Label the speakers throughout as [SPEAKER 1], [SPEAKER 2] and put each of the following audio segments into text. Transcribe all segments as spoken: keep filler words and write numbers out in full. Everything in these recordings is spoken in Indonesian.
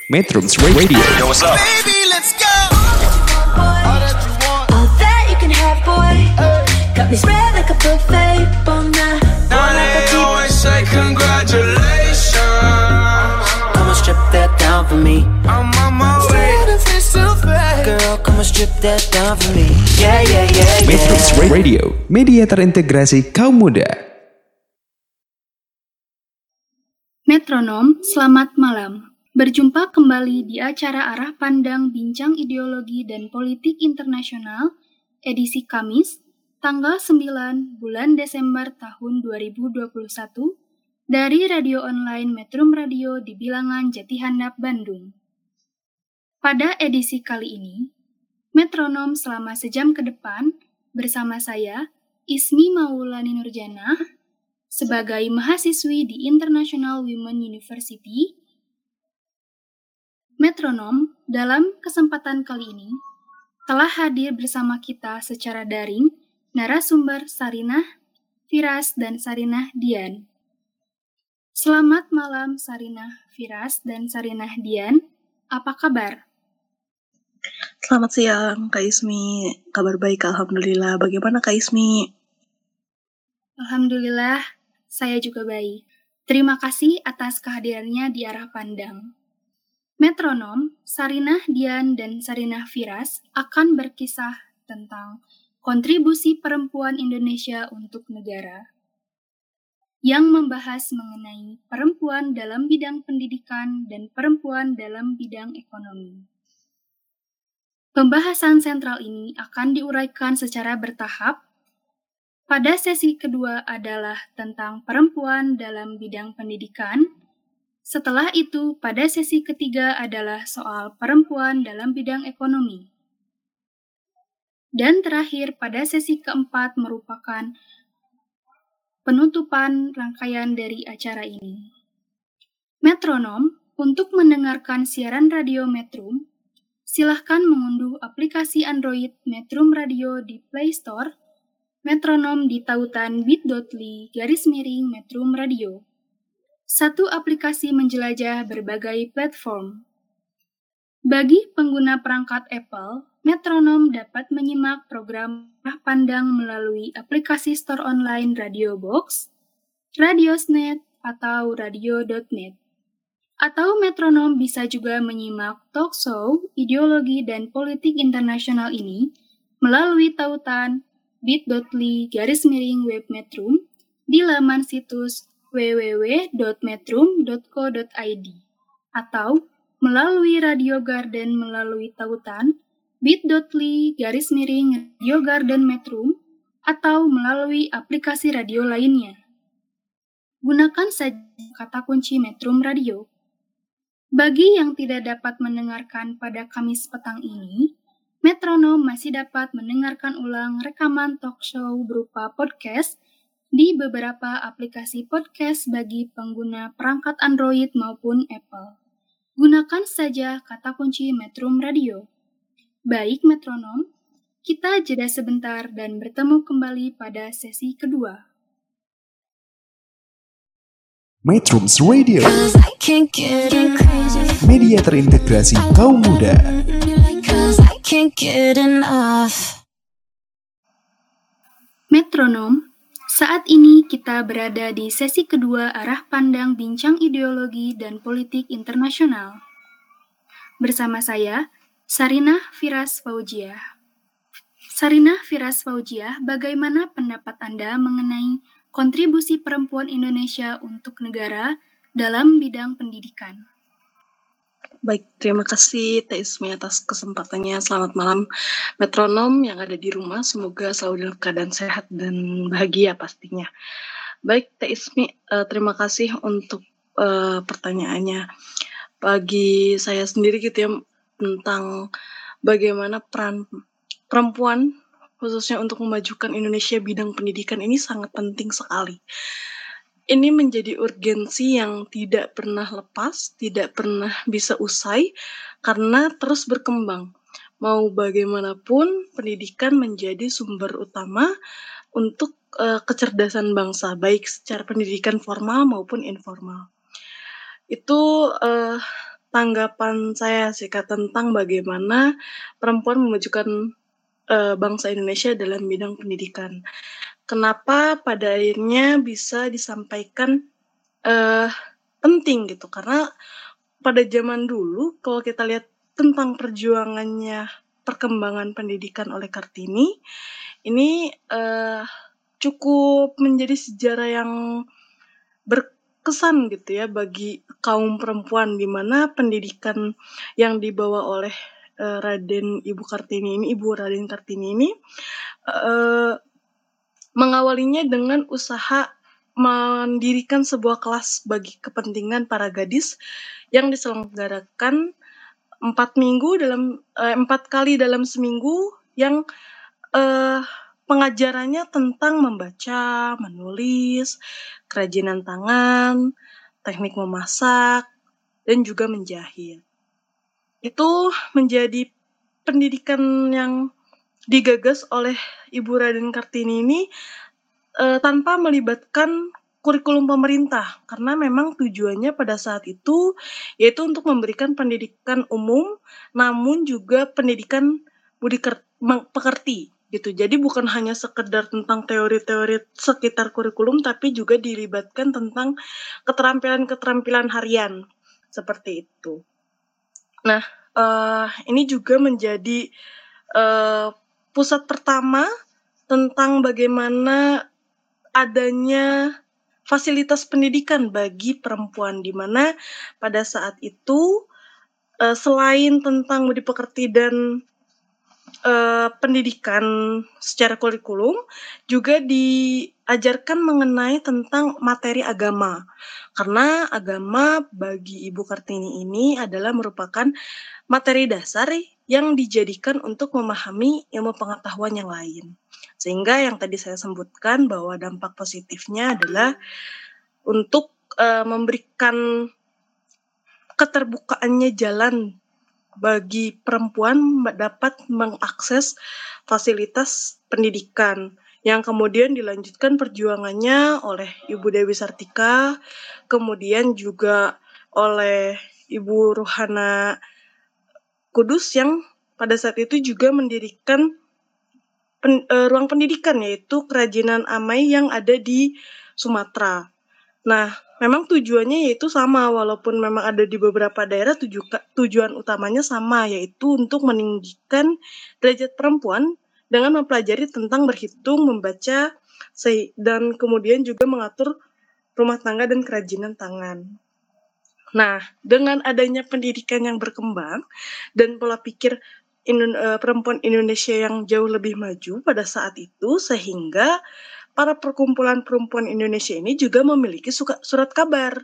[SPEAKER 1] Metrums Radio.
[SPEAKER 2] Yo, what's up?
[SPEAKER 3] Baby, let's go.
[SPEAKER 4] All that you want, all that you can have, boy. Got me spread like a buffet, bon night.
[SPEAKER 3] Now they always say congratulations.
[SPEAKER 4] Come on, strip that down for me.
[SPEAKER 3] I'm on my way.
[SPEAKER 4] Girl, come on, strip that down for me. Yeah, yeah, yeah, yeah.
[SPEAKER 1] Metrums Radio, media terintegrasi kaum muda.
[SPEAKER 5] Metronom, selamat malam. Berjumpa kembali di acara Arah Pandang Bincang Ideologi dan Politik Internasional, edisi Kamis, tanggal sembilan bulan Desember tahun dua ribu dua puluh satu, dari radio online Metrum Radio di Bilangan Jatihandap, Bandung. Pada edisi kali ini, Metronom selama sejam ke depan bersama saya, Ismi Maulani Nurjana, sebagai mahasiswi di International Women University. Metronom dalam kesempatan kali ini telah hadir bersama kita secara daring narasumber Sarinah Firas dan Sarinah Dian. Selamat malam Sarinah Firas dan Sarinah Dian, apa kabar?
[SPEAKER 6] Selamat siang Kak Ismi, kabar baik Alhamdulillah. Bagaimana Kak Ismi?
[SPEAKER 5] Alhamdulillah, saya juga baik. Terima kasih atas kehadirannya di Arah Pandang. Metronom, Sarinah Dian dan Sarinah Firas akan berkisah tentang kontribusi perempuan Indonesia untuk negara, yang membahas mengenai perempuan dalam bidang pendidikan dan perempuan dalam bidang ekonomi. Pembahasan sentral ini akan diuraikan secara bertahap. Pada sesi kedua adalah tentang perempuan dalam bidang pendidikan. Setelah itu, pada sesi ketiga adalah soal perempuan dalam bidang ekonomi. Dan terakhir, pada sesi keempat merupakan penutupan rangkaian dari acara ini. Metronom, untuk mendengarkan siaran radio Metrum, silahkan mengunduh aplikasi Android Metrum Radio di Play Store, Metronom di tautan bit.ly garis miring Metrum Radio. Satu aplikasi menjelajah berbagai platform. Bagi pengguna perangkat Apple, Metronom dapat menyimak program Arah Pandang melalui aplikasi store online Radio Box, Radiosnet, atau radio dot net. Atau Metronom bisa juga menyimak talk show, ideologi, dan politik internasional ini melalui tautan bit.ly garis miring web Metrum di laman situs w w w dot metrum dot co dot i d atau melalui Radio Garden melalui tautan bit.ly garis miring Radio Garden Metrum atau melalui aplikasi radio lainnya. Gunakan saja kata kunci Metrum Radio. Bagi yang tidak dapat mendengarkan pada Kamis petang ini, Metronom masih dapat mendengarkan ulang rekaman talk show berupa podcast di beberapa aplikasi podcast bagi pengguna perangkat Android maupun Apple. Gunakan saja kata kunci Metrum Radio. Baik Metronom, kita jeda sebentar dan bertemu kembali pada sesi kedua.
[SPEAKER 1] Metrums Radio, media terintegrasi kaum muda.
[SPEAKER 5] Metronom, saat ini kita berada di sesi kedua Arah Pandang Bincang Ideologi dan Politik Internasional. Bersama saya, Sarinah Firas Fauziah. Sarinah Firas Fauziah, bagaimana pendapat Anda mengenai kontribusi perempuan Indonesia untuk negara dalam bidang pendidikan?
[SPEAKER 6] Baik, terima kasih Teh Ismi atas kesempatannya. Selamat malam Metronom yang ada di rumah. Semoga selalu dalam keadaan sehat dan bahagia pastinya. Baik Teh Ismi, uh, terima kasih untuk uh, pertanyaannya. Bagi saya sendiri gitu ya, tentang bagaimana peran perempuan khususnya untuk memajukan Indonesia bidang pendidikan ini sangat penting sekali. Ini menjadi urgensi yang tidak pernah lepas, tidak pernah bisa usai, karena terus berkembang. Mau bagaimanapun, pendidikan menjadi sumber utama untuk uh, kecerdasan bangsa, baik secara pendidikan formal maupun informal. Itu uh, tanggapan saya sih Kak tentang bagaimana perempuan memajukan uh, bangsa Indonesia dalam bidang pendidikan. Kenapa pada akhirnya bisa disampaikan uh, penting gitu? Karena pada zaman dulu kalau kita lihat tentang perjuangannya perkembangan pendidikan oleh Kartini, ini uh, cukup menjadi sejarah yang berkesan gitu ya bagi kaum perempuan, di mana pendidikan yang dibawa oleh uh, Raden Ibu Kartini ini, Ibu Raden Kartini ini uh, mengawalinya dengan usaha mendirikan sebuah kelas bagi kepentingan para gadis yang diselenggarakan empat minggu dalam uh, empat kali dalam seminggu yang uh, pengajarannya tentang membaca, menulis, kerajinan tangan, teknik memasak, dan juga menjahit. Itu menjadi pendidikan yang digagas oleh Ibu Raden Kartini ini uh, tanpa melibatkan kurikulum pemerintah, karena memang tujuannya pada saat itu yaitu untuk memberikan pendidikan umum, namun juga pendidikan budi pekerti gitu. Jadi bukan hanya sekedar tentang teori-teori sekitar kurikulum, tapi juga dilibatkan tentang keterampilan-keterampilan harian seperti itu. Nah, uh, ini juga menjadi uh, pusat pertama tentang bagaimana adanya fasilitas pendidikan bagi perempuan, di mana pada saat itu uh, selain tentang budi pekerti dan uh, pendidikan secara kurikulum, juga diajarkan mengenai tentang materi agama, karena agama bagi Ibu Kartini ini adalah merupakan materi dasar yang dijadikan untuk memahami ilmu pengetahuan yang lain. Sehingga yang tadi saya sebutkan bahwa dampak positifnya adalah untuk uh, memberikan keterbukaannya jalan bagi perempuan dapat mengakses fasilitas pendidikan, yang kemudian dilanjutkan perjuangannya oleh Ibu Dewi Sartika, kemudian juga oleh Ibu Ruhana Kudus yang pada saat itu juga mendirikan pen, uh, ruang pendidikan, yaitu Kerajinan Amai yang ada di Sumatera. Nah, memang tujuannya yaitu sama, walaupun memang ada di beberapa daerah, tuju, tujuan utamanya sama, yaitu untuk meninggikan derajat perempuan dengan mempelajari tentang berhitung, membaca, dan kemudian juga mengatur rumah tangga dan kerajinan tangan. Nah, dengan adanya pendidikan yang berkembang dan pola pikir perempuan Indonesia yang jauh lebih maju pada saat itu, sehingga para perkumpulan perempuan Indonesia ini juga memiliki surat kabar.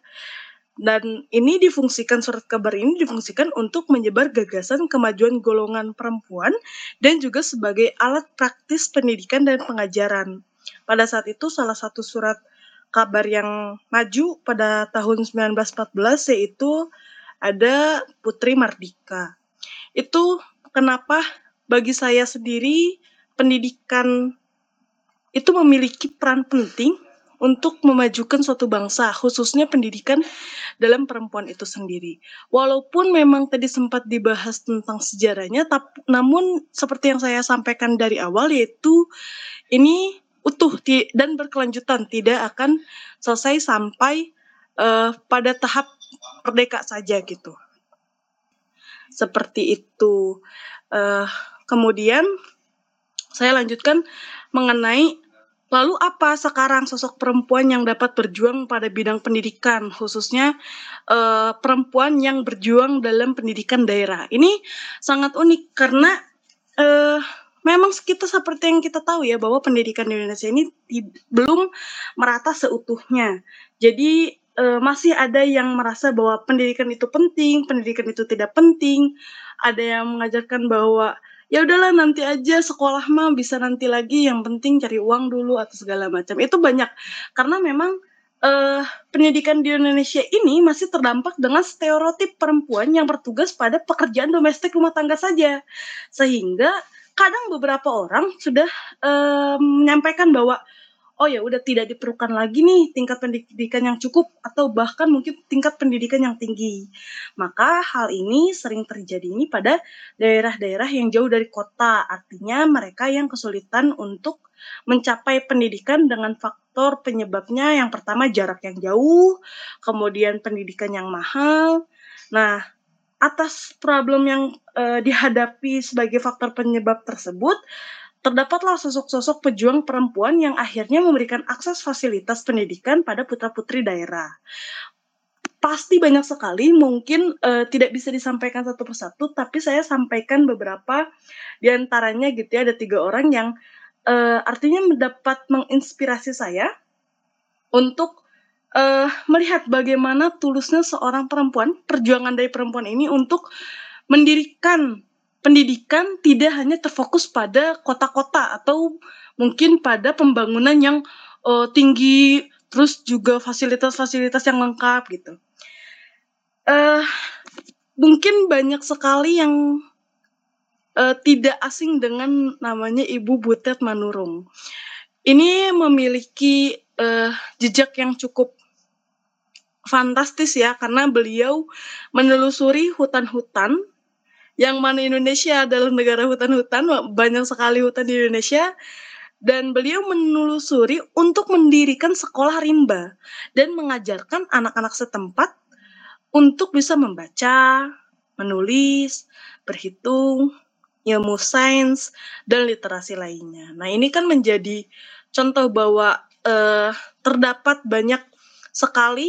[SPEAKER 6] Dan ini difungsikan, surat kabar ini difungsikan untuk menyebar gagasan kemajuan golongan perempuan dan juga sebagai alat praktis pendidikan dan pengajaran. Pada saat itu salah satu surat kabar yang maju pada tahun sembilan belas empat belas yaitu ada Putri Mardika. Itu kenapa bagi saya sendiri pendidikan itu memiliki peran penting untuk memajukan suatu bangsa, khususnya pendidikan dalam perempuan itu sendiri. Walaupun memang tadi sempat dibahas tentang sejarahnya, tapi, namun seperti yang saya sampaikan dari awal, yaitu ini utuh dan berkelanjutan, tidak akan selesai sampai uh, pada tahap merdeka saja gitu. Seperti itu. Uh, kemudian saya lanjutkan mengenai lalu apa sekarang sosok perempuan yang dapat berjuang pada bidang pendidikan, khususnya uh, perempuan yang berjuang dalam pendidikan daerah. Ini sangat unik karena uh, memang kita seperti yang kita tahu ya, bahwa pendidikan di Indonesia ini tid- belum merata seutuhnya. Jadi uh, masih ada yang merasa bahwa pendidikan itu penting, pendidikan itu tidak penting. Ada yang mengajarkan bahwa ya udahlah nanti aja sekolah mah bisa nanti lagi, yang penting cari uang dulu atau segala macam. Itu banyak karena memang uh, pendidikan di Indonesia ini masih terdampak dengan stereotip perempuan yang bertugas pada pekerjaan domestik rumah tangga saja, sehingga kadang beberapa orang sudah uh, menyampaikan bahwa oh ya udah tidak diperlukan lagi nih tingkat pendidikan yang cukup atau bahkan mungkin tingkat pendidikan yang tinggi. Maka hal ini sering terjadi ini pada daerah-daerah yang jauh dari kota, artinya mereka yang kesulitan untuk mencapai pendidikan dengan faktor penyebabnya yang pertama jarak yang jauh, kemudian pendidikan yang mahal. Nah, atas problem yang uh, dihadapi sebagai faktor penyebab tersebut, terdapatlah sosok-sosok pejuang perempuan yang akhirnya memberikan akses fasilitas pendidikan pada putra-putri daerah. Pasti banyak sekali, mungkin uh, tidak bisa disampaikan satu persatu, tapi saya sampaikan beberapa diantaranya gitu ya, ada tiga orang yang uh, artinya mendapat menginspirasi saya untuk uh, melihat bagaimana tulusnya seorang perempuan, perjuangan dari perempuan ini untuk mendirikan pendidikan tidak hanya terfokus pada kota-kota atau mungkin pada pembangunan yang uh, tinggi, terus juga fasilitas-fasilitas yang lengkap gitu. Uh, mungkin banyak sekali yang uh, tidak asing dengan namanya Ibu Butet Manurung. Ini memiliki uh, jejak yang cukup fantastis ya, karena beliau menelusuri hutan-hutan, yang mana Indonesia adalah negara hutan-hutan, banyak sekali hutan di Indonesia, dan beliau menelusuri untuk mendirikan sekolah rimba dan mengajarkan anak-anak setempat untuk bisa membaca, menulis, berhitung, ilmu sains, dan literasi lainnya. Nah, ini kan menjadi contoh bahwa eh, terdapat banyak sekali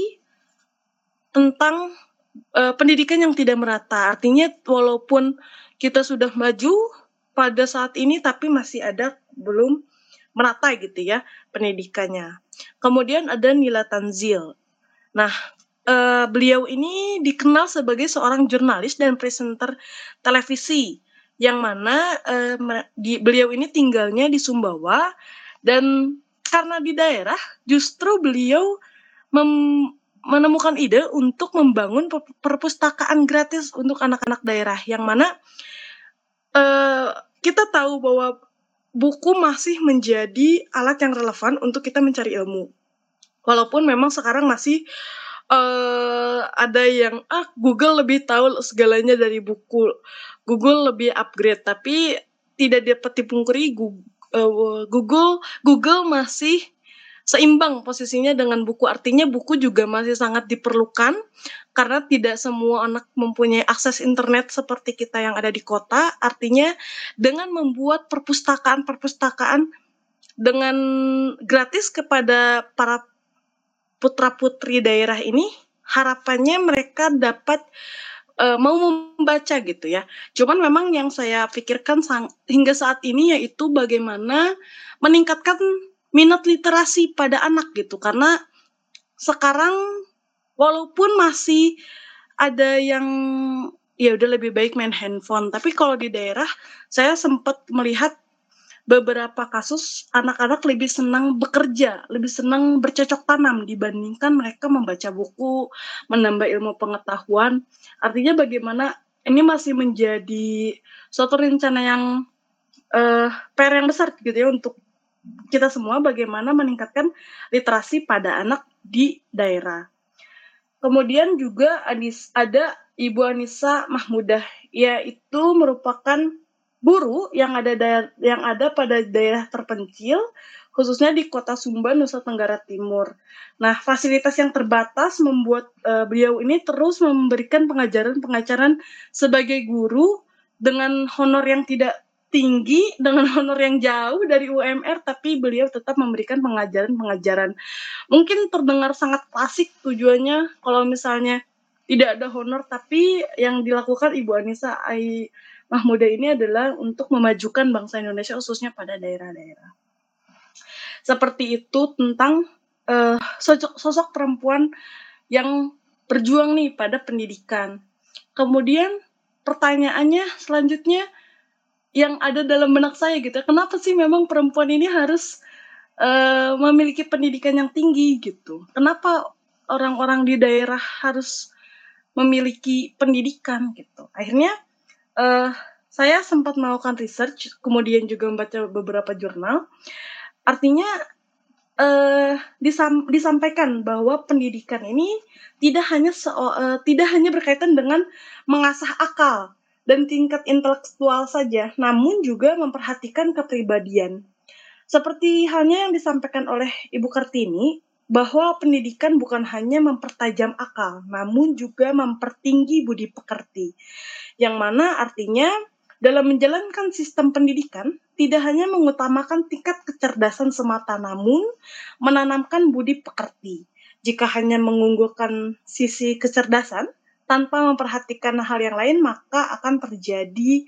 [SPEAKER 6] tentang uh, pendidikan yang tidak merata. Artinya walaupun kita sudah maju pada saat ini, tapi masih ada belum merata gitu ya pendidikannya. Kemudian ada Nila Tanzil. Nah, uh, beliau ini dikenal sebagai seorang jurnalis dan presenter televisi, yang mana uh, di, beliau ini tinggalnya di Sumbawa, dan karena di daerah justru beliau mem menemukan ide untuk membangun perpustakaan gratis untuk anak-anak daerah, yang mana uh, kita tahu bahwa buku masih menjadi alat yang relevan untuk kita mencari ilmu. Walaupun memang sekarang masih uh, ada yang ah Google lebih tahu segalanya dari buku, Google lebih upgrade, tapi tidak dapat dipungkiri Google, uh, Google Google masih seimbang posisinya dengan buku. Artinya buku juga masih sangat diperlukan karena tidak semua anak mempunyai akses internet seperti kita yang ada di kota. Artinya dengan membuat perpustakaan-perpustakaan dengan gratis kepada para putra-putri daerah ini, harapannya mereka dapat uh, mau membaca gitu ya. Cuman memang yang saya pikirkan sang, hingga saat ini yaitu bagaimana meningkatkan minat literasi pada anak gitu, karena sekarang walaupun masih ada yang ya udah lebih baik main handphone, tapi kalau di daerah saya sempat melihat beberapa kasus anak-anak lebih senang bekerja, lebih senang bercocok tanam dibandingkan mereka membaca buku, menambah ilmu pengetahuan. Artinya bagaimana ini masih menjadi suatu rencana yang uh, P R yang besar gitu ya untuk kita semua, bagaimana meningkatkan literasi pada anak di daerah. Kemudian juga ada Ibu Anissa Mahmudah, yaitu merupakan guru yang ada daer- yang ada pada daerah terpencil, khususnya di Kota Sumba, Nusa Tenggara Timur. Nah, fasilitas yang terbatas membuat uh, beliau ini terus memberikan pengajaran-pengajaran sebagai guru dengan honor yang tidak tinggi, dengan honor yang jauh dari U M R, tapi beliau tetap memberikan pengajaran-pengajaran. Mungkin terdengar sangat klasik tujuannya kalau misalnya tidak ada honor, tapi yang dilakukan Ibu Anissa Ai Mahmudah ini adalah untuk memajukan bangsa Indonesia, khususnya pada daerah-daerah. Seperti itu tentang uh, sosok, sosok perempuan yang berjuang nih pada pendidikan. Kemudian pertanyaannya selanjutnya yang ada dalam benak saya gitu, kenapa sih memang perempuan ini harus uh, memiliki pendidikan yang tinggi gitu? Kenapa orang-orang di daerah harus memiliki pendidikan gitu? Akhirnya uh, saya sempat melakukan research, kemudian juga membaca beberapa jurnal. Artinya uh, disam- disampaikan bahwa pendidikan ini tidak hanya seo- uh, tidak hanya berkaitan dengan mengasah akal dan tingkat intelektual saja, namun juga memperhatikan kepribadian. Seperti halnya yang disampaikan oleh Ibu Kartini, bahwa pendidikan bukan hanya mempertajam akal, namun juga mempertinggi budi pekerti. Yang mana artinya dalam menjalankan sistem pendidikan tidak hanya mengutamakan tingkat kecerdasan semata, namun menanamkan budi pekerti. Jika hanya mengunggulkan sisi kecerdasan tanpa memperhatikan hal yang lain, maka akan terjadi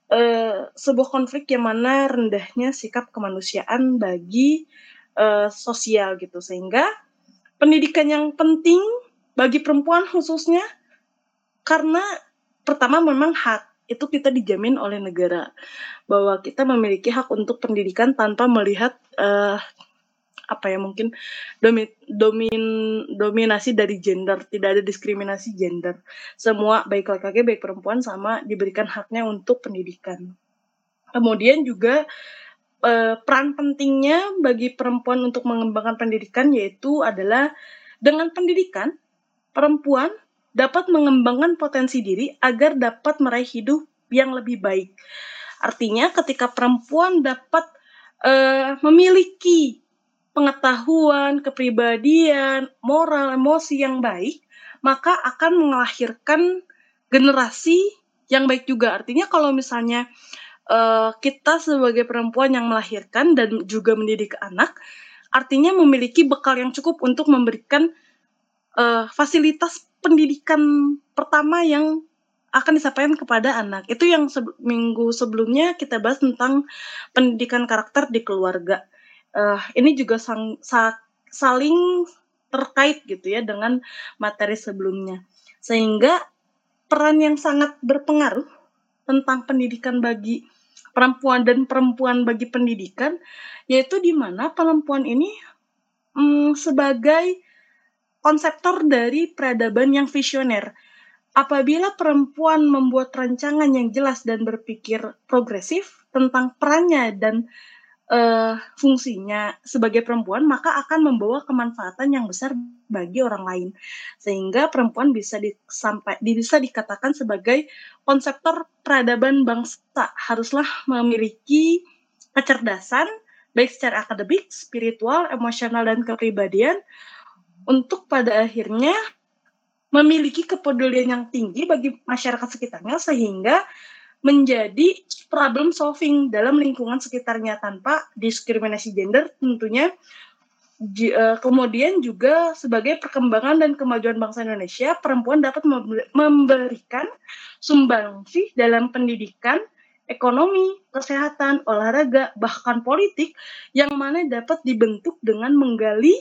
[SPEAKER 6] uh, sebuah konflik yang mana rendahnya sikap kemanusiaan bagi uh, sosial gitu. Sehingga pendidikan yang penting bagi perempuan khususnya, karena pertama memang hak itu kita dijamin oleh negara bahwa kita memiliki hak untuk pendidikan tanpa melihat uh, apa ya mungkin domi, domin dominasi dari gender, tidak ada diskriminasi gender. Semua baik laki-laki baik perempuan sama diberikan haknya untuk pendidikan. Kemudian juga uh, peran pentingnya bagi perempuan untuk mengembangkan pendidikan yaitu adalah dengan pendidikan perempuan dapat mengembangkan potensi diri agar dapat meraih hidup yang lebih baik. Artinya ketika perempuan dapat uh, memiliki pengetahuan, kepribadian, moral, emosi yang baik, maka akan melahirkan generasi yang baik juga. Artinya kalau misalnya uh, kita sebagai perempuan yang melahirkan dan juga mendidik anak, artinya memiliki bekal yang cukup untuk memberikan uh, fasilitas pendidikan pertama yang akan disampaikan kepada anak. Itu yang se- minggu sebelumnya kita bahas tentang pendidikan karakter di keluarga. Uh, ini juga sang, sa- saling terkait gitu ya dengan materi sebelumnya. Sehingga peran yang sangat berpengaruh tentang pendidikan bagi perempuan dan perempuan bagi pendidikan, yaitu di mana perempuan ini mm, sebagai konseptor dari peradaban yang visioner. Apabila perempuan membuat rancangan yang jelas dan berpikir progresif tentang perannya dan uh, fungsinya sebagai perempuan, maka akan membawa kemanfaatan yang besar bagi orang lain. Sehingga perempuan bisa disampai, bisa dikatakan sebagai konseptor peradaban bangsa. Haruslah memiliki kecerdasan, baik secara akademik, spiritual, emosional, dan kepribadian, untuk pada akhirnya memiliki kepedulian yang tinggi bagi masyarakat sekitarnya sehingga menjadi problem solving dalam lingkungan sekitarnya tanpa diskriminasi gender tentunya. Kemudian juga sebagai perkembangan dan kemajuan bangsa Indonesia, perempuan dapat memberikan sumbangsi dalam pendidikan, ekonomi, kesehatan, olahraga, bahkan politik yang mana dapat dibentuk dengan menggali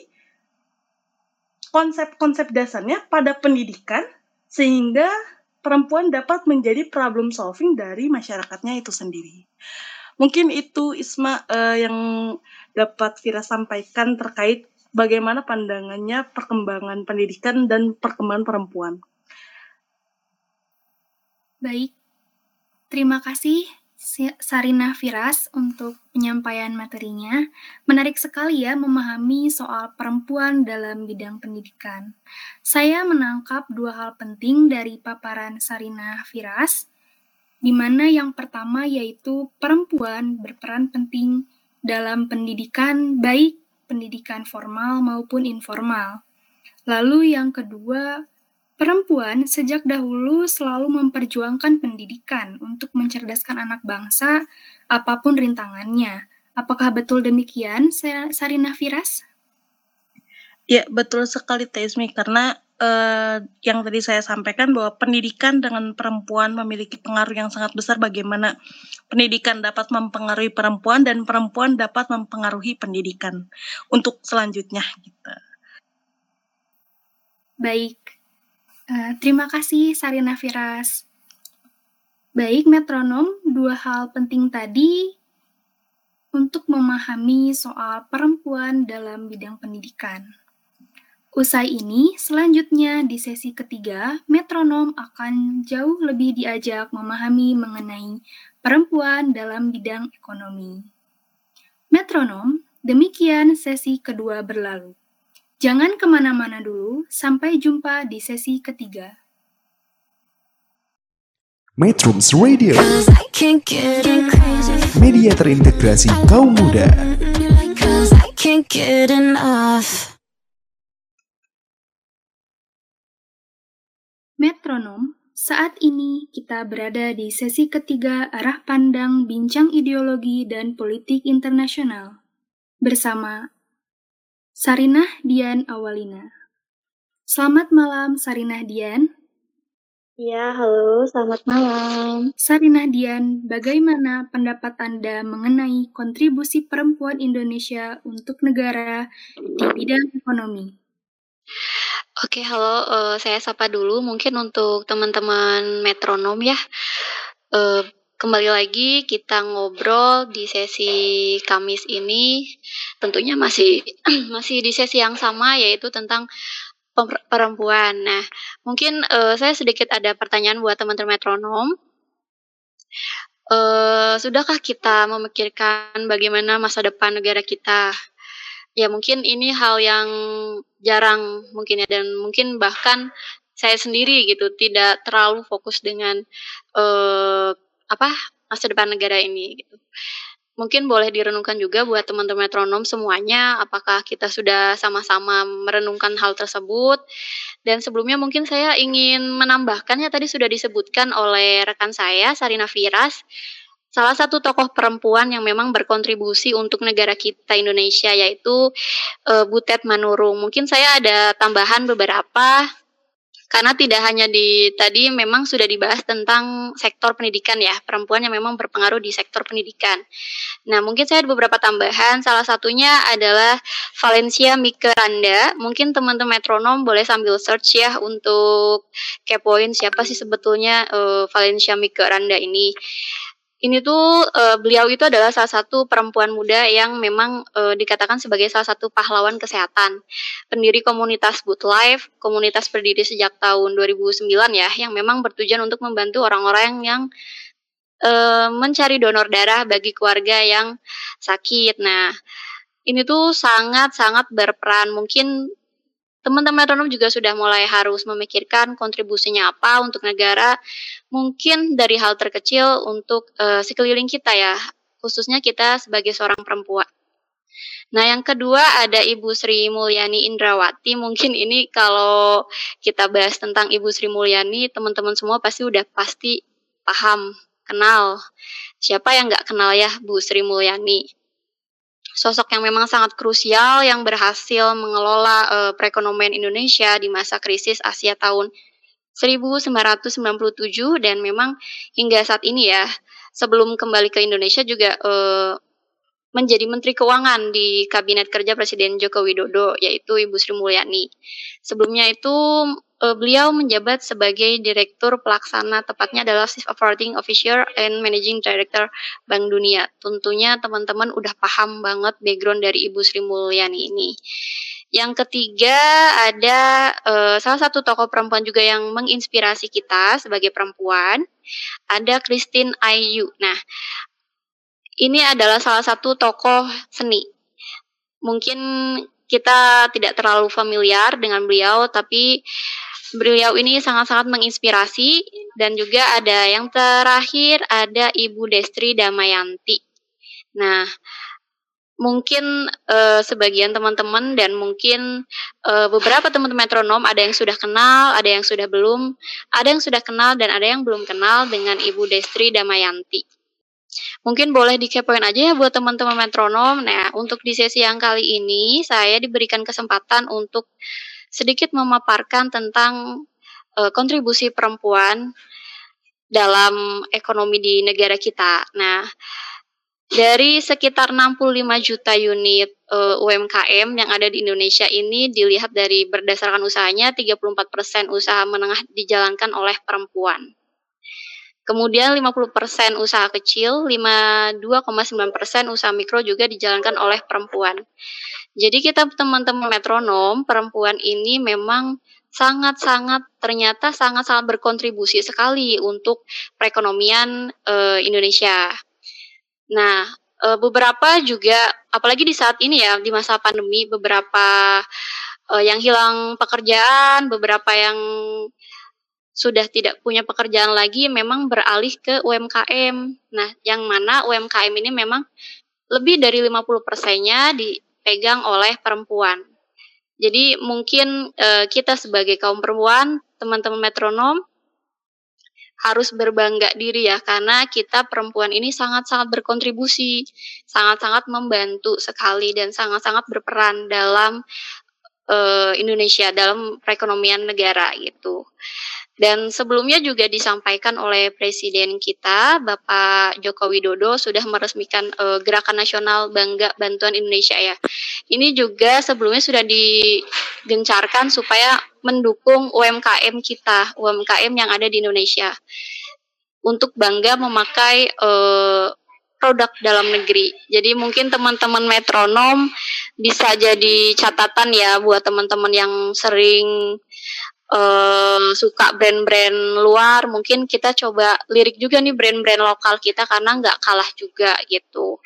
[SPEAKER 6] konsep-konsep dasarnya pada pendidikan sehingga perempuan dapat menjadi problem solving dari masyarakatnya itu sendiri. Mungkin itu Isma uh, yang dapat Vira sampaikan terkait bagaimana pandangannya perkembangan pendidikan dan perkembangan perempuan.
[SPEAKER 5] Baik, terima kasih Sarina Firas untuk penyampaian materinya. Menarik sekali ya memahami soal perempuan dalam bidang pendidikan. Saya menangkap dua hal penting dari paparan Sarina Firas, di mana yang pertama yaitu perempuan berperan penting dalam pendidikan, baik pendidikan formal maupun informal. Lalu yang kedua, perempuan sejak dahulu selalu memperjuangkan pendidikan untuk mencerdaskan anak bangsa, apapun rintangannya. Apakah betul demikian, Sarina Firas?
[SPEAKER 6] Ya, betul sekali Taismi, karena eh, yang tadi saya sampaikan bahwa pendidikan dengan perempuan memiliki pengaruh yang sangat besar bagaimana pendidikan dapat mempengaruhi perempuan dan perempuan dapat mempengaruhi pendidikan untuk selanjutnya. Gitu.
[SPEAKER 5] Baik. Uh, terima kasih Sarina Firas. Baik metronom, dua hal penting tadi untuk memahami soal perempuan dalam bidang pendidikan. Usai ini, selanjutnya di sesi ketiga, metronom akan jauh lebih diajak memahami mengenai perempuan dalam bidang ekonomi. Metronom, Demikian sesi kedua berlalu. Jangan kemana-mana dulu, sampai jumpa di sesi ketiga.
[SPEAKER 1] Metrums Radio,
[SPEAKER 4] Cause I can't get enough.
[SPEAKER 1] media terintegrasi kaum muda.
[SPEAKER 4] Cause I can't get enough.
[SPEAKER 5] Metronom, saat ini kita berada di sesi ketiga arah pandang bincang ideologi dan politik internasional bersama Sarinah Dian Awalina. Selamat malam Sarinah Dian.
[SPEAKER 2] Ya, halo, selamat malam.
[SPEAKER 5] Sarinah Dian, bagaimana pendapat Anda mengenai kontribusi perempuan Indonesia untuk negara di bidang ekonomi?
[SPEAKER 2] Oke, halo, eh, saya sapa dulu mungkin untuk teman-teman metronom ya. Eh, kembali lagi kita ngobrol di sesi Kamis ini. Tentunya masih masih di sesi yang sama, yaitu tentang per- perempuan. Nah, mungkin eh, saya sedikit ada pertanyaan buat teman-teman metronom. Eh, sudahkah kita memikirkan bagaimana masa depan negara kita? Ya mungkin ini hal yang jarang mungkin ya, dan mungkin bahkan saya sendiri gitu tidak terlalu fokus dengan eh, apa masa depan negara ini gitu. Mungkin boleh direnungkan juga buat teman-teman metronom semuanya, apakah kita sudah sama-sama merenungkan hal tersebut. Dan sebelumnya mungkin saya ingin menambahkan, ya tadi sudah disebutkan oleh rekan saya Sarina Firas, salah satu tokoh perempuan yang memang berkontribusi untuk negara kita Indonesia, yaitu uh, Butet Manurung. Mungkin saya ada tambahan beberapa, karena tidak hanya di tadi memang sudah dibahas tentang sektor pendidikan ya, perempuan yang memang berpengaruh di sektor pendidikan. Nah, mungkin saya ada beberapa tambahan, salah satunya adalah Valencia Mikeranda. Mungkin teman-teman metronom boleh sambil search ya untuk kepoin siapa sih sebetulnya uh, Valencia Mikeranda ini. Ini tuh uh, beliau itu adalah salah satu perempuan muda yang memang uh, dikatakan sebagai salah satu pahlawan kesehatan. Pendiri komunitas Good Life, komunitas berdiri sejak tahun dua ribu sembilan ya, yang memang bertujuan untuk membantu orang-orang yang uh, mencari donor darah bagi keluarga yang sakit. Nah, ini tuh sangat-sangat berperan. Mungkin teman-teman metronom juga sudah mulai harus memikirkan kontribusinya apa untuk negara, mungkin dari hal terkecil untuk uh, sekeliling kita ya, khususnya kita sebagai seorang perempuan. Nah, yang kedua ada Ibu Sri Mulyani Indrawati. Mungkin ini kalau kita bahas tentang Ibu Sri Mulyani, teman-teman semua pasti udah pasti paham, kenal. Siapa yang nggak kenal ya Bu Sri Mulyani? Sosok yang memang sangat krusial yang berhasil mengelola uh, perekonomian Indonesia di masa krisis Asia tahun seribu sembilan ratus sembilan puluh tujuh, dan memang hingga saat ini ya, sebelum kembali ke Indonesia juga uh, menjadi Menteri Keuangan di Kabinet Kerja Presiden Joko Widodo, yaitu Ibu Sri Mulyani. Sebelumnya itu uh, beliau menjabat sebagai Direktur Pelaksana, tepatnya adalah Chief Operating Officer and Managing Director Bank Dunia. Tentunya teman-teman udah paham banget background dari Ibu Sri Mulyani ini. Yang ketiga ada uh, salah satu tokoh perempuan juga yang menginspirasi kita sebagai perempuan, ada Christine Ayu. Nah, ini adalah salah satu tokoh seni. Mungkin kita tidak terlalu familiar dengan beliau, tapi beliau ini sangat-sangat menginspirasi. Dan juga ada yang terakhir, ada Ibu Destri Damayanti. Nah, mungkin uh, sebagian teman-teman dan mungkin uh, beberapa teman-teman metronom ada yang sudah kenal, ada yang sudah belum, ada yang sudah kenal dan ada yang belum kenal dengan Ibu Destri Damayanti. Mungkin boleh dikepoin aja ya buat teman-teman metronom. Nah, untuk di sesi yang kali ini saya diberikan kesempatan untuk sedikit memaparkan tentang uh, kontribusi perempuan dalam ekonomi di negara kita. Nah, dari sekitar enam puluh lima juta unit uh, U M K M yang ada di Indonesia ini, dilihat dari berdasarkan usahanya, tiga puluh empat persen usaha menengah dijalankan oleh perempuan. Kemudian lima puluh persen usaha kecil, lima puluh dua koma sembilan persen usaha mikro juga dijalankan oleh perempuan. Jadi kita teman-teman metronom, perempuan ini memang sangat-sangat ternyata sangat-sangat berkontribusi sekali untuk perekonomian uh, Indonesia. Nah, uh, beberapa juga, apalagi di saat ini ya, di masa pandemi, beberapa uh, yang hilang pekerjaan, beberapa yang sudah tidak punya pekerjaan lagi memang beralih ke U M K M. Nah, yang mana U M K M ini memang lebih dari lima puluh persennya dipegang oleh perempuan. Jadi mungkin e, kita sebagai kaum perempuan, teman-teman metronom, harus berbangga diri ya, karena kita perempuan ini sangat-sangat berkontribusi, sangat-sangat membantu sekali dan sangat-sangat berperan dalam e, Indonesia, dalam perekonomian negara gitu. Dan sebelumnya juga disampaikan oleh Presiden kita, Bapak Joko Widodo, sudah meresmikan uh, Gerakan Nasional Bangga Bantuan Indonesia ya. Ini juga sebelumnya sudah digencarkan supaya mendukung U M K M kita, U M K M yang ada di Indonesia, untuk bangga memakai uh, produk dalam negeri. Jadi mungkin teman-teman metronom bisa jadi catatan ya buat teman-teman yang sering Uh, suka brand-brand luar, mungkin kita coba lirik juga nih brand-brand lokal kita karena nggak kalah juga gitu.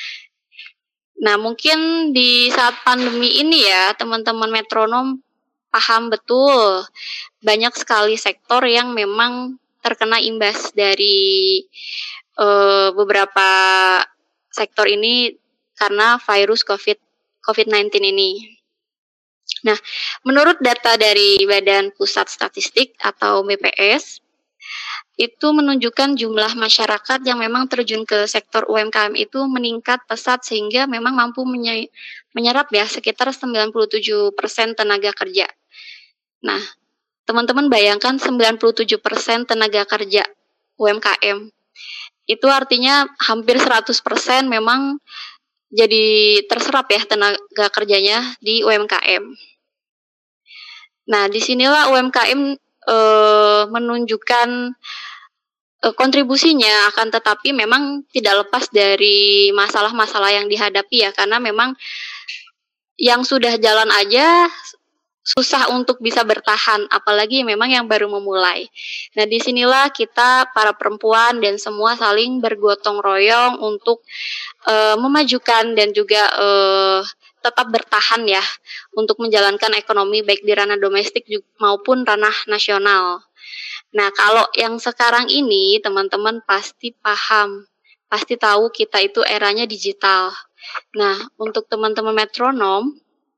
[SPEAKER 2] Nah mungkin di saat pandemi ini ya teman-teman metronom paham betul banyak sekali sektor yang memang terkena imbas dari uh, beberapa sektor ini karena virus COVID covid sembilan belas ini. Nah, menurut data dari Badan Pusat Statistik atau B P S, itu menunjukkan jumlah masyarakat yang memang terjun ke sektor U M K M itu meningkat pesat sehingga memang mampu menye- menyerap ya sekitar sembilan puluh tujuh persen tenaga kerja. Nah, teman-teman bayangkan sembilan puluh tujuh persen tenaga kerja U M K M. Itu artinya hampir seratus persen memang jadi terserap ya tenaga kerjanya di U M K M. Nah, disinilah U M K M e, menunjukkan e, kontribusinya, akan tetapi memang tidak lepas dari masalah-masalah yang dihadapi ya, karena memang yang sudah jalan aja susah untuk bisa bertahan, apalagi memang yang baru memulai. Nah, disinilah kita para perempuan dan semua saling bergotong royong untuk uh, memajukan dan juga uh, tetap bertahan ya untuk menjalankan ekonomi baik di ranah domestik maupun ranah nasional. Nah, kalau yang sekarang ini teman-teman pasti paham, pasti tahu kita itu eranya digital. Nah, untuk teman-teman metronom,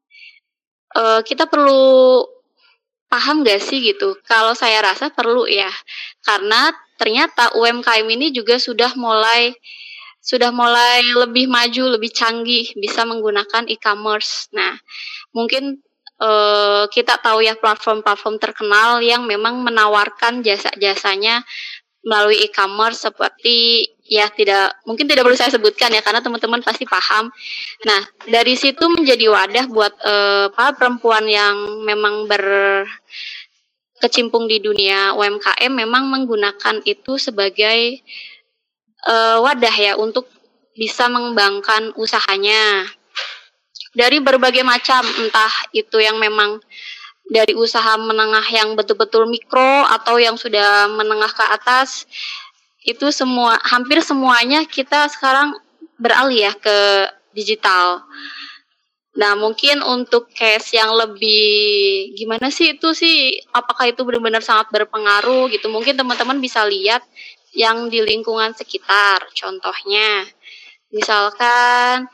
[SPEAKER 2] Uh, kita perlu paham gak sih gitu? Kalau saya rasa perlu ya, karena ternyata U M K M ini juga sudah mulai sudah mulai lebih maju, lebih canggih, bisa menggunakan e-commerce. Nah, mungkin uh, kita tahu ya platform-platform terkenal yang memang menawarkan jasa-jasanya melalui e-commerce seperti ya tidak mungkin tidak perlu saya sebutkan ya karena teman-teman pasti paham. Nah, dari situ menjadi wadah buat uh, para perempuan yang memang berkecimpung di dunia U M K M memang menggunakan itu sebagai uh, wadah ya untuk bisa mengembangkan usahanya dari berbagai macam, entah itu yang memang dari usaha menengah yang betul-betul mikro atau yang sudah menengah ke atas, itu semua hampir semuanya kita sekarang beralih ya ke digital. Nah, mungkin untuk case yang lebih gimana sih itu sih, apakah itu benar-benar sangat berpengaruh gitu, mungkin teman-teman bisa lihat yang di lingkungan sekitar. Contohnya misalkan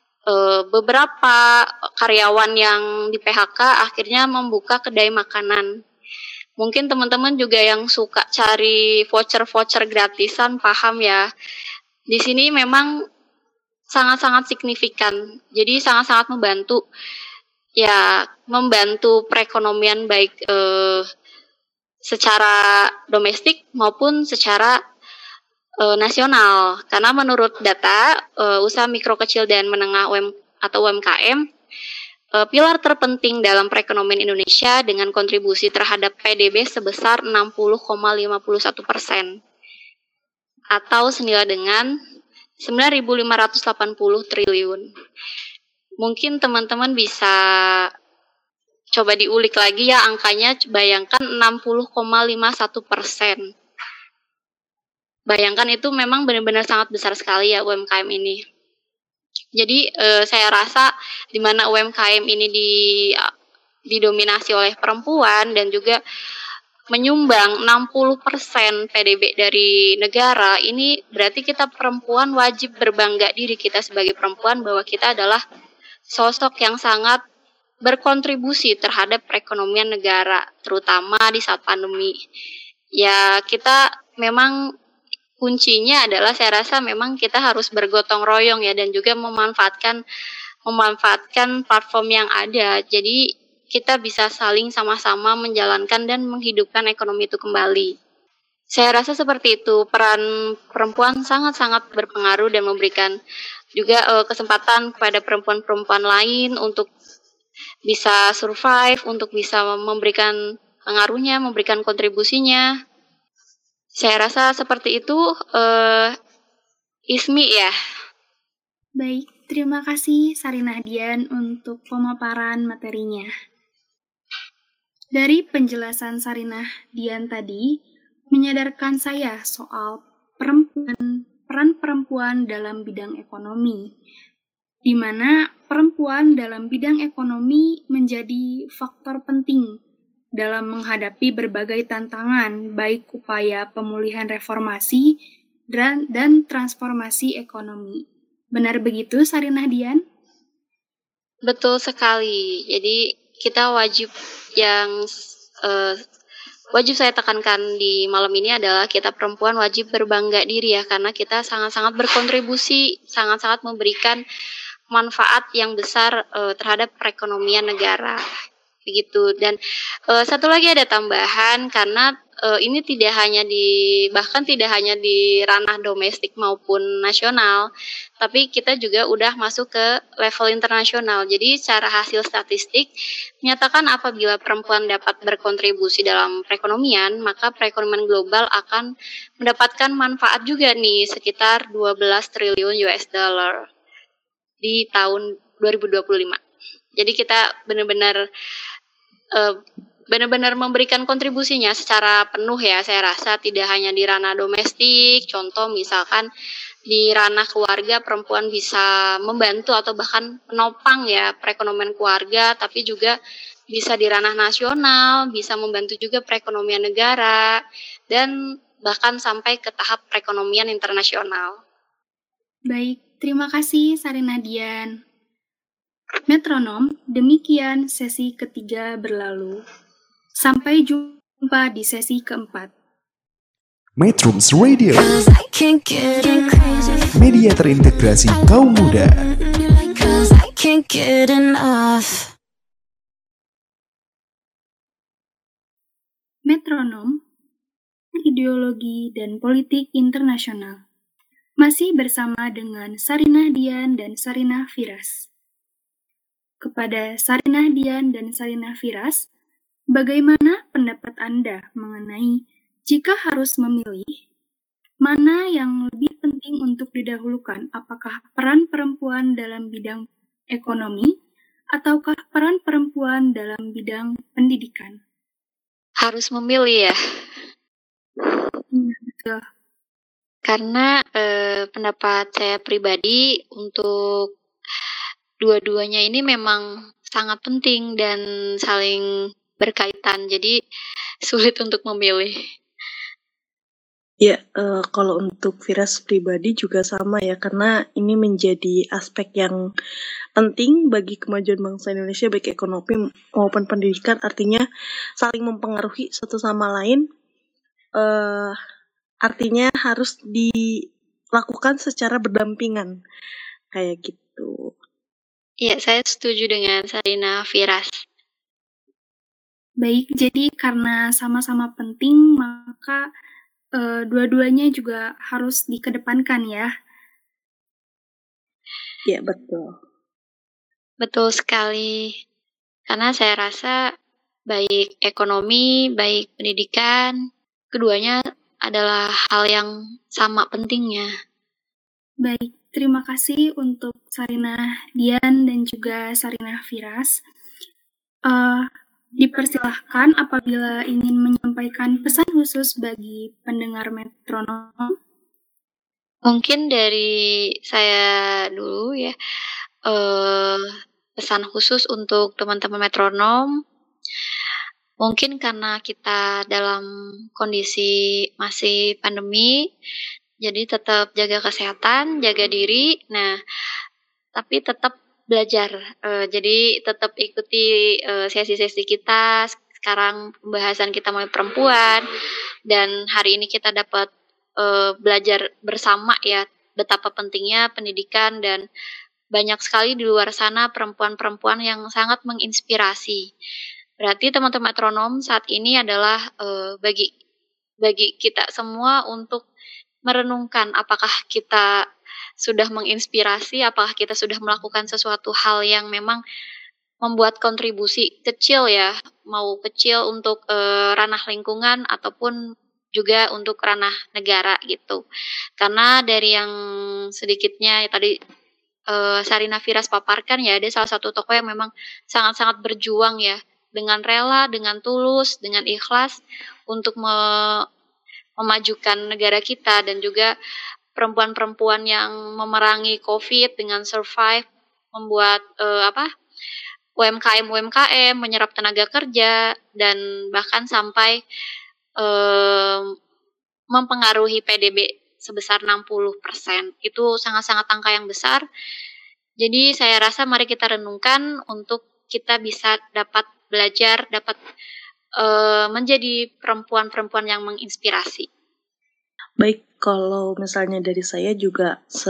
[SPEAKER 2] beberapa karyawan yang di P H K akhirnya membuka kedai makanan. Mungkin teman-teman juga yang suka cari voucher-voucher gratisan paham ya. Di sini memang sangat-sangat signifikan. Jadi sangat-sangat membantu ya, membantu perekonomian baik eh, secara domestik maupun secara Uh, nasional, karena menurut data uh, usaha mikro kecil dan menengah U M atau U M K M, uh, pilar terpenting dalam perekonomian Indonesia dengan kontribusi terhadap P D B sebesar enam puluh koma lima satu persen atau senilai dengan sembilan ribu lima ratus delapan puluh triliun. Mungkin teman-teman bisa coba diulik lagi ya angkanya, bayangkan enam puluh koma lima satu persen. Bayangkan itu memang benar-benar sangat besar sekali ya U M K M ini. Jadi uh, saya rasa di mana U M K M ini di didominasi oleh perempuan dan juga menyumbang enam puluh persen P D B dari negara, ini berarti kita perempuan wajib berbangga diri kita sebagai perempuan bahwa kita adalah sosok yang sangat berkontribusi terhadap perekonomian negara, terutama di saat pandemi. Ya, kita memang kuncinya adalah saya rasa memang kita harus bergotong royong ya, dan juga memanfaatkan memanfaatkan platform yang ada. Jadi kita bisa saling sama-sama menjalankan dan menghidupkan ekonomi itu kembali. Saya rasa seperti itu, peran perempuan sangat-sangat berpengaruh dan memberikan juga uh, kesempatan kepada perempuan-perempuan lain untuk bisa survive, untuk bisa memberikan pengaruhnya, memberikan kontribusinya. Saya rasa seperti itu, uh, Ismi ya.
[SPEAKER 5] Baik, terima kasih Sarina Dian untuk pemaparan materinya. Dari penjelasan Sarina Dian tadi, menyadarkan saya soal perempuan, peran perempuan dalam bidang ekonomi, di mana perempuan dalam bidang ekonomi menjadi faktor penting dalam menghadapi berbagai tantangan, baik upaya pemulihan reformasi dan, dan transformasi ekonomi. Benar begitu, Sarina Dian?
[SPEAKER 2] Betul sekali. Jadi kita wajib yang uh, wajib saya tekankan di malam ini adalah kita perempuan wajib berbangga diri ya, karena kita sangat-sangat berkontribusi, sangat-sangat memberikan manfaat yang besar uh, terhadap perekonomian negara. Begitu. Dan uh, satu lagi ada tambahan, karena uh, ini tidak hanya di bahkan tidak hanya di ranah domestik maupun nasional, tapi kita juga udah masuk ke level internasional. Jadi secara hasil statistik menyatakan apabila perempuan dapat berkontribusi dalam perekonomian, maka perekonomian global akan mendapatkan manfaat juga nih, sekitar dua belas triliun U S dollar di tahun dua ribu dua puluh lima. Jadi kita benar-benar uh, benar-benar memberikan kontribusinya secara penuh ya, saya rasa tidak hanya di ranah domestik, contoh misalkan di ranah keluarga perempuan bisa membantu atau bahkan menopang ya perekonomian keluarga, tapi juga bisa di ranah nasional, bisa membantu juga perekonomian negara, dan bahkan sampai ke tahap perekonomian internasional.
[SPEAKER 5] Baik, terima kasih Sarina Dian. Metronom, demikian sesi ketiga berlalu. Sampai jumpa di sesi keempat.
[SPEAKER 1] Metrums Radio, media terintegrasi kaum muda.
[SPEAKER 5] Metronom, ideologi dan politik internasional. Masih bersama dengan Sarina Dian dan Sarina Firas. Kepada Sarina Dian dan Sarina Firas, bagaimana pendapat Anda mengenai jika harus memilih, mana yang lebih penting untuk didahulukan? Apakah peran perempuan dalam bidang ekonomi, ataukah peran perempuan dalam bidang pendidikan?
[SPEAKER 2] Harus memilih ya.
[SPEAKER 5] Hmm, betul.
[SPEAKER 2] Karena eh, pendapat saya pribadi untuk dua-duanya ini memang sangat penting dan saling berkaitan, jadi sulit untuk memilih.
[SPEAKER 6] Ya, uh, kalau untuk Firas pribadi juga sama ya, karena ini menjadi aspek yang penting bagi kemajuan bangsa Indonesia, baik ekonomi maupun pendidikan, artinya saling mempengaruhi satu sama lain, uh, artinya harus dilakukan secara berdampingan, kayak gitu.
[SPEAKER 2] Iya, saya setuju dengan Sarina Firas.
[SPEAKER 5] Baik, jadi karena sama-sama penting, maka Uh, dua-duanya juga harus dikedepankan ya.
[SPEAKER 6] Ya, betul.
[SPEAKER 2] Betul sekali. Karena saya rasa baik ekonomi, baik pendidikan, keduanya adalah hal yang sama pentingnya.
[SPEAKER 5] Baik, terima kasih untuk Sarina Dian dan juga Sarina Firas. Uh, Dipersilahkan apabila ingin menyampaikan pesan khusus bagi pendengar metronom.
[SPEAKER 2] Mungkin dari saya dulu ya, eh, pesan khusus untuk teman-teman metronom, mungkin karena kita dalam kondisi masih pandemi, jadi tetap jaga kesehatan, jaga diri, nah tapi tetap belajar, eh, jadi tetap ikuti eh, sesi-sesi kita, sekarang pembahasan kita mulai perempuan, dan hari ini kita dapat uh, belajar bersama ya betapa pentingnya pendidikan, dan banyak sekali di luar sana perempuan-perempuan yang sangat menginspirasi. Berarti teman-teman metronom saat ini adalah uh, bagi bagi kita semua untuk merenungkan apakah kita sudah menginspirasi, apakah kita sudah melakukan sesuatu hal yang memang membuat kontribusi kecil ya, mau kecil untuk uh, ranah lingkungan ataupun juga untuk ranah negara gitu. Karena dari yang sedikitnya ya, tadi uh, Sarina Firas paparkan ya, ada salah satu tokoh yang memang sangat-sangat berjuang ya, dengan rela, dengan tulus, dengan ikhlas untuk me- memajukan negara kita, dan juga perempuan-perempuan yang memerangi COVID dengan survive, membuat uh, apa U M K M U M K M, menyerap tenaga kerja, dan bahkan sampai Um, mempengaruhi P D B sebesar enam puluh persen. Itu sangat-sangat angka yang besar. Jadi saya rasa mari kita renungkan untuk kita bisa dapat belajar, dapat uh, menjadi perempuan-perempuan yang menginspirasi.
[SPEAKER 6] Baik, kalau misalnya dari saya juga se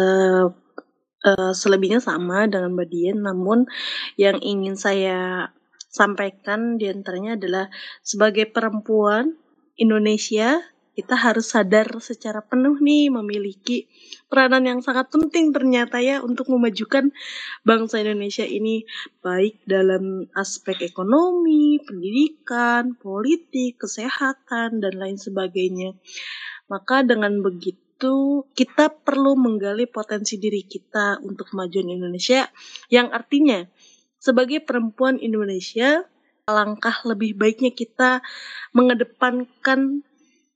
[SPEAKER 6] uh, selebihnya sama dengan Mbak Dian, namun yang ingin saya sampaikan diantaranya adalah sebagai perempuan Indonesia, kita harus sadar secara penuh nih memiliki peranan yang sangat penting ternyata ya untuk memajukan bangsa Indonesia ini, baik dalam aspek ekonomi, pendidikan, politik, kesehatan, dan lain sebagainya. Maka dengan begitu kita perlu menggali potensi diri kita untuk kemajuan Indonesia, yang artinya sebagai perempuan Indonesia, alangkah lebih baiknya kita mengedepankan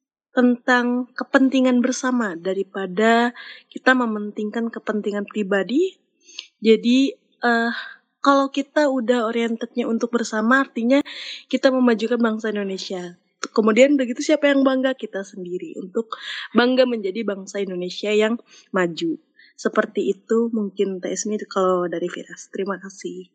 [SPEAKER 6] tentang kepentingan bersama daripada kita mementingkan kepentingan pribadi. Jadi uh, kalau kita udah orientednya untuk bersama, artinya kita memajukan bangsa Indonesia. Kemudian begitu siapa yang bangga? Kita sendiri, untuk bangga menjadi bangsa Indonesia yang maju. Seperti itu mungkin Teh Esmi kalau dari Firas. Terima kasih.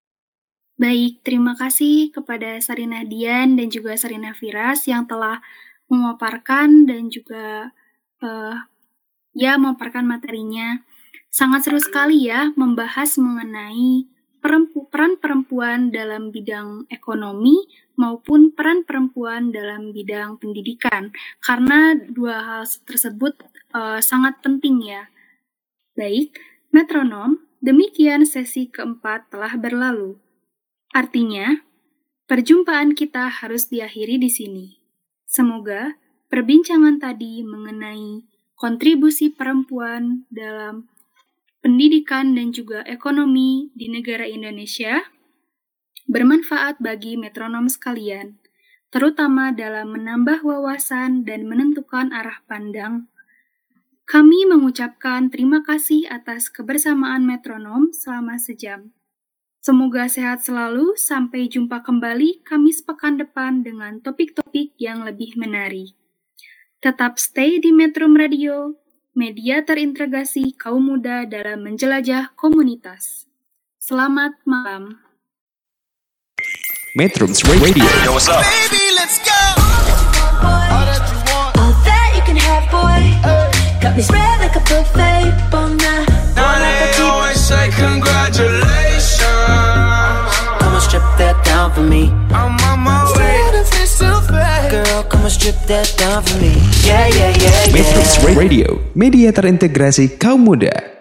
[SPEAKER 5] Baik, terima kasih kepada Sarina Dian dan juga Sarina Firas yang telah memaparkan dan juga uh, ya memaparkan materinya. Sangat seru sekali ya membahas mengenai perempu- peran perempuan dalam bidang ekonomi maupun peran perempuan dalam bidang pendidikan, karena dua hal tersebut uh, sangat penting ya. Baik, metronom, demikian sesi keempat telah berlalu. Artinya, perjumpaan kita harus diakhiri di sini. Semoga perbincangan tadi mengenai kontribusi perempuan dalam pendidikan dan juga ekonomi di negara Indonesia bermanfaat bagi metronom sekalian, terutama dalam menambah wawasan dan menentukan arah pandang. Kami mengucapkan terima kasih atas kebersamaan metronom selama sejam. Semoga sehat selalu, sampai jumpa kembali Kamis pekan depan dengan topik-topik yang lebih menarik. Tetap stay di Metrum Radio, media terintegrasi kaum muda dalam menjelajah komunitas. Selamat malam.
[SPEAKER 1] Metrum Radio.
[SPEAKER 3] Yo, what's up? Baby, let's go.
[SPEAKER 4] All that you can have, boy. Got me spread like a buffet, bon night.
[SPEAKER 3] Now they always say congratulations.
[SPEAKER 7] Come on, strip that down for me.
[SPEAKER 3] I'm on my way.
[SPEAKER 7] Girl, come on, strip that down for me. Yeah, yeah, yeah, yeah.
[SPEAKER 1] Metrum Radio, media terintegrasi kaum muda.